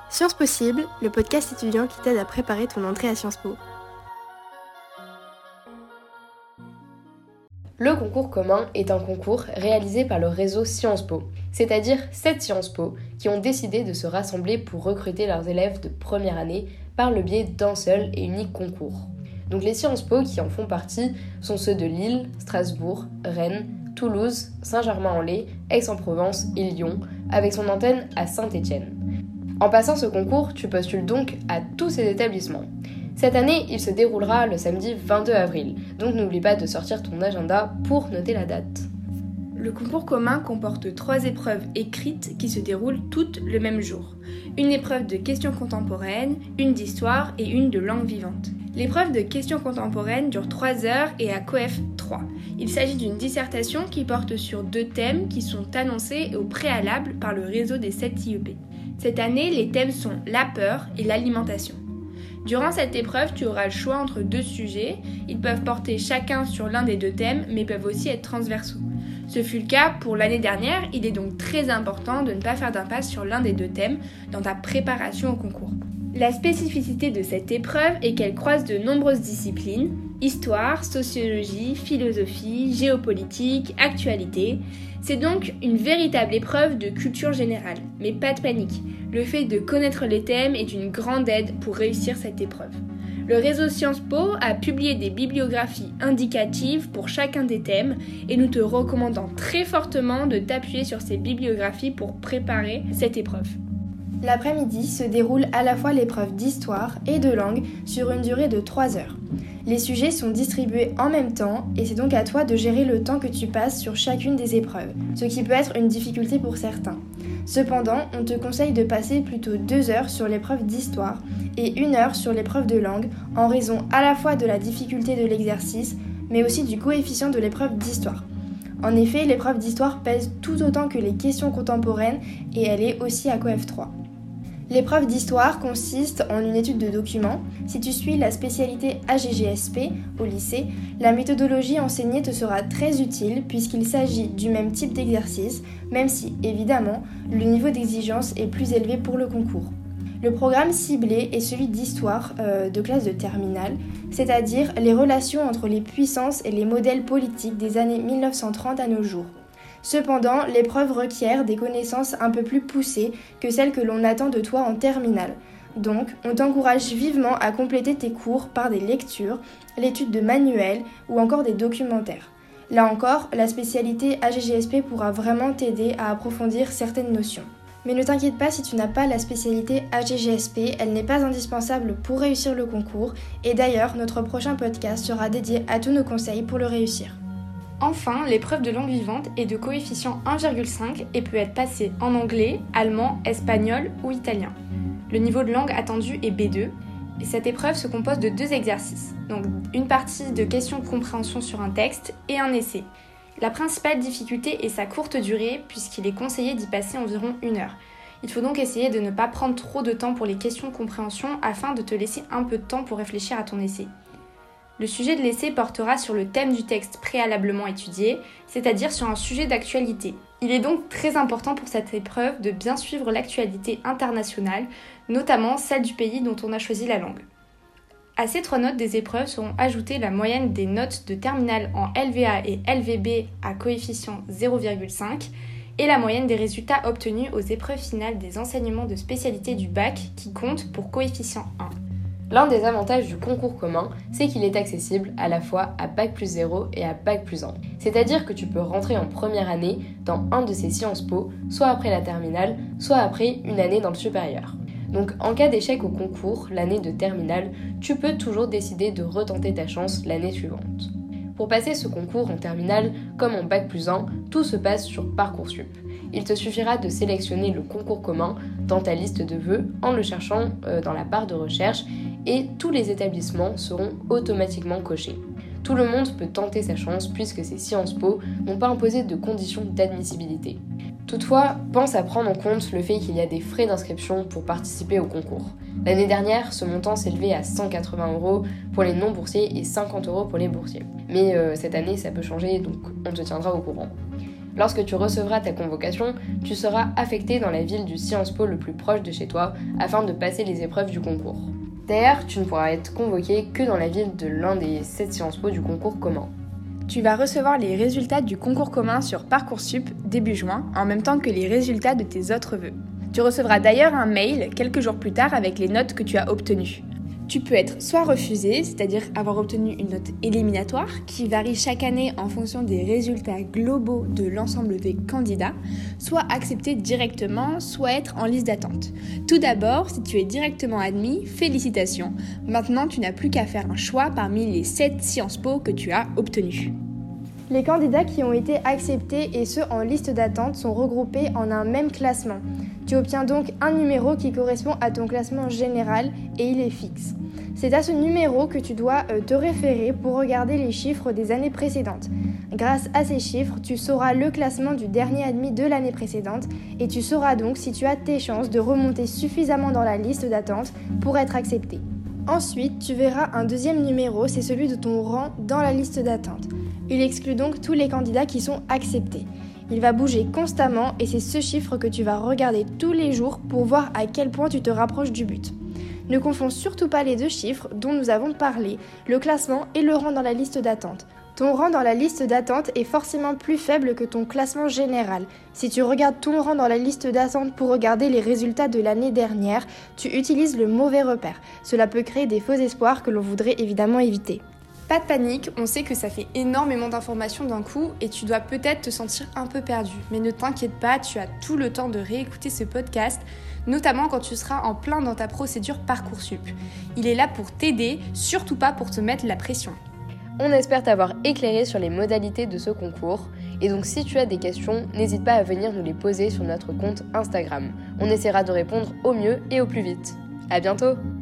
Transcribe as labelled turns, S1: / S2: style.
S1: Sciences Possibles, le podcast étudiant qui t'aide à préparer ton entrée à Sciences Po.
S2: Le concours commun est un concours réalisé par le réseau Sciences Po, c'est-à-dire 7 Sciences Po qui ont décidé de se rassembler pour recruter leurs élèves de première année par le biais d'un seul et unique concours. Donc les Sciences Po qui en font partie sont ceux de Lille, Strasbourg, Rennes, Toulouse, Saint-Germain-en-Laye, Aix-en-Provence et Lyon, avec son antenne à Saint-Étienne. En passant ce concours, tu postules donc à tous ces établissements. Cette année, il se déroulera le samedi 22 avril, donc n'oublie pas de sortir ton agenda pour noter la date.
S3: Le concours commun comporte 3 épreuves écrites qui se déroulent toutes le même jour. Une épreuve de questions contemporaines, une d'histoire et une de langue vivante. L'épreuve de questions contemporaines dure 3 heures et a COEF 3. Il s'agit d'une dissertation qui porte sur 2 thèmes qui sont annoncés au préalable par le réseau des 7 IEP. Cette année, les thèmes sont la peur et l'alimentation. Durant cette épreuve, tu auras le choix entre 2 sujets. Ils peuvent porter chacun sur l'un des 2 thèmes, mais peuvent aussi être transversaux. Ce fut le cas pour l'année dernière, il est donc très important de ne pas faire d'impasse sur l'un des 2 thèmes dans ta préparation au concours. La spécificité de cette épreuve est qu'elle croise de nombreuses disciplines, histoire, sociologie, philosophie, géopolitique, actualité. C'est donc une véritable épreuve de culture générale, mais pas de panique. Le fait de connaître les thèmes est une grande aide pour réussir cette épreuve. Le réseau Sciences Po a publié des bibliographies indicatives pour chacun des thèmes et nous te recommandons très fortement de t'appuyer sur ces bibliographies pour préparer cette épreuve.
S1: L'après-midi se déroule à la fois l'épreuve d'histoire et de langue sur une durée de 3 heures. Les sujets sont distribués en même temps et c'est donc à toi de gérer le temps que tu passes sur chacune des épreuves, ce qui peut être une difficulté pour certains. Cependant, on te conseille de passer plutôt 2 heures sur l'épreuve d'histoire et 1 heure sur l'épreuve de langue en raison à la fois de la difficulté de l'exercice mais aussi du coefficient de l'épreuve d'histoire. En effet, l'épreuve d'histoire pèse tout autant que les questions contemporaines et elle est aussi à COEF 3. L'épreuve d'histoire consiste en une étude de documents. Si tu suis la spécialité AGGSP au lycée, la méthodologie enseignée te sera très utile puisqu'il s'agit du même type d'exercice, même si, évidemment, le niveau d'exigence est plus élevé pour le concours. Le programme ciblé est celui d'histoire de classe de terminale, c'est-à-dire les relations entre les puissances et les modèles politiques des années 1930 à nos jours. Cependant, l'épreuve requiert des connaissances un peu plus poussées que celles que l'on attend de toi en terminale. Donc, on t'encourage vivement à compléter tes cours par des lectures, l'étude de manuels ou encore des documentaires. Là encore, la spécialité AGGSP pourra vraiment t'aider à approfondir certaines notions. Mais ne t'inquiète pas si tu n'as pas la spécialité AGGSP, elle n'est pas indispensable pour réussir le concours et d'ailleurs, notre prochain podcast sera dédié à tous nos conseils pour le réussir.
S3: Enfin, l'épreuve de langue vivante est de coefficient 1,5 et peut être passée en anglais, allemand, espagnol ou italien. Le niveau de langue attendu est B2 et cette épreuve se compose de 2 exercices, donc une partie de questions de compréhension sur un texte et un essai. La principale difficulté est sa courte durée puisqu'il est conseillé d'y passer environ 1 heure. Il faut donc essayer de ne pas prendre trop de temps pour les questions de compréhension afin de te laisser un peu de temps pour réfléchir à ton essai. Le sujet de l'essai portera sur le thème du texte préalablement étudié, c'est-à-dire sur un sujet d'actualité. Il est donc très important pour cette épreuve de bien suivre l'actualité internationale, notamment celle du pays dont on a choisi la langue. À ces 3 notes des épreuves seront ajoutées la moyenne des notes de terminale en LVA et LVB à coefficient 0,5 et la moyenne des résultats obtenus aux épreuves finales des enseignements de spécialité du bac qui comptent pour coefficient 1.
S2: L'un des avantages du concours commun, c'est qu'il est accessible à la fois à Bac+0 et à Bac+1. C'est-à-dire que tu peux rentrer en première année dans un de ces Sciences Po, soit après la terminale, soit après une année dans le supérieur. Donc en cas d'échec au concours, l'année de terminale, tu peux toujours décider de retenter ta chance l'année suivante. Pour passer ce concours en terminale, comme en Bac+1, tout se passe sur Parcoursup. Il te suffira de sélectionner le concours commun dans ta liste de vœux en le cherchant dans la barre de recherche et tous les établissements seront automatiquement cochés. Tout le monde peut tenter sa chance puisque ces Sciences Po n'ont pas imposé de conditions d'admissibilité. Toutefois, pense à prendre en compte le fait qu'il y a des frais d'inscription pour participer au concours. L'année dernière, ce montant s'élevait à 180 € pour les non-boursiers et 50 € pour les boursiers. Mais cette année, ça peut changer, donc on te tiendra au courant. Lorsque tu recevras ta convocation, tu seras affecté dans la ville du Sciences Po le plus proche de chez toi afin de passer les épreuves du concours. D'ailleurs, tu ne pourras être convoqué que dans la ville de l'un des 7 Sciences Po du concours commun.
S3: Tu vas recevoir les résultats du concours commun sur Parcoursup début juin, en même temps que les résultats de tes autres vœux. Tu recevras d'ailleurs un mail quelques jours plus tard avec les notes que tu as obtenues. Tu peux être soit refusé, c'est-à-dire avoir obtenu une note éliminatoire, qui varie chaque année en fonction des résultats globaux de l'ensemble des candidats, soit accepté directement, soit être en liste d'attente. Tout d'abord, si tu es directement admis, félicitations. Maintenant, tu n'as plus qu'à faire un choix parmi les 7 Sciences Po que tu as obtenus.
S1: Les candidats qui ont été acceptés et ceux en liste d'attente sont regroupés en un même classement. Tu obtiens donc un numéro qui correspond à ton classement général et il est fixe. C'est à ce numéro que tu dois te référer pour regarder les chiffres des années précédentes. Grâce à ces chiffres, tu sauras le classement du dernier admis de l'année précédente et tu sauras donc si tu as tes chances de remonter suffisamment dans la liste d'attente pour être accepté. Ensuite, tu verras un deuxième numéro, c'est celui de ton rang dans la liste d'attente. Il exclut donc tous les candidats qui sont acceptés. Il va bouger constamment et c'est ce chiffre que tu vas regarder tous les jours pour voir à quel point tu te rapproches du but. Ne confonds surtout pas les deux chiffres dont nous avons parlé, le classement et le rang dans la liste d'attente. Ton rang dans la liste d'attente est forcément plus faible que ton classement général. Si tu regardes ton rang dans la liste d'attente pour regarder les résultats de l'année dernière, tu utilises le mauvais repère. Cela peut créer des faux espoirs que l'on voudrait évidemment éviter.
S3: Pas de panique, on sait que ça fait énormément d'informations d'un coup et tu dois peut-être te sentir un peu perdu. Mais ne t'inquiète pas, tu as tout le temps de réécouter ce podcast, notamment quand tu seras en plein dans ta procédure Parcoursup. Il est là pour t'aider, surtout pas pour te mettre la pression.
S2: On espère t'avoir éclairé sur les modalités de ce concours. Et donc si tu as des questions, n'hésite pas à venir nous les poser sur notre compte Instagram. On essaiera de répondre au mieux et au plus vite. À bientôt!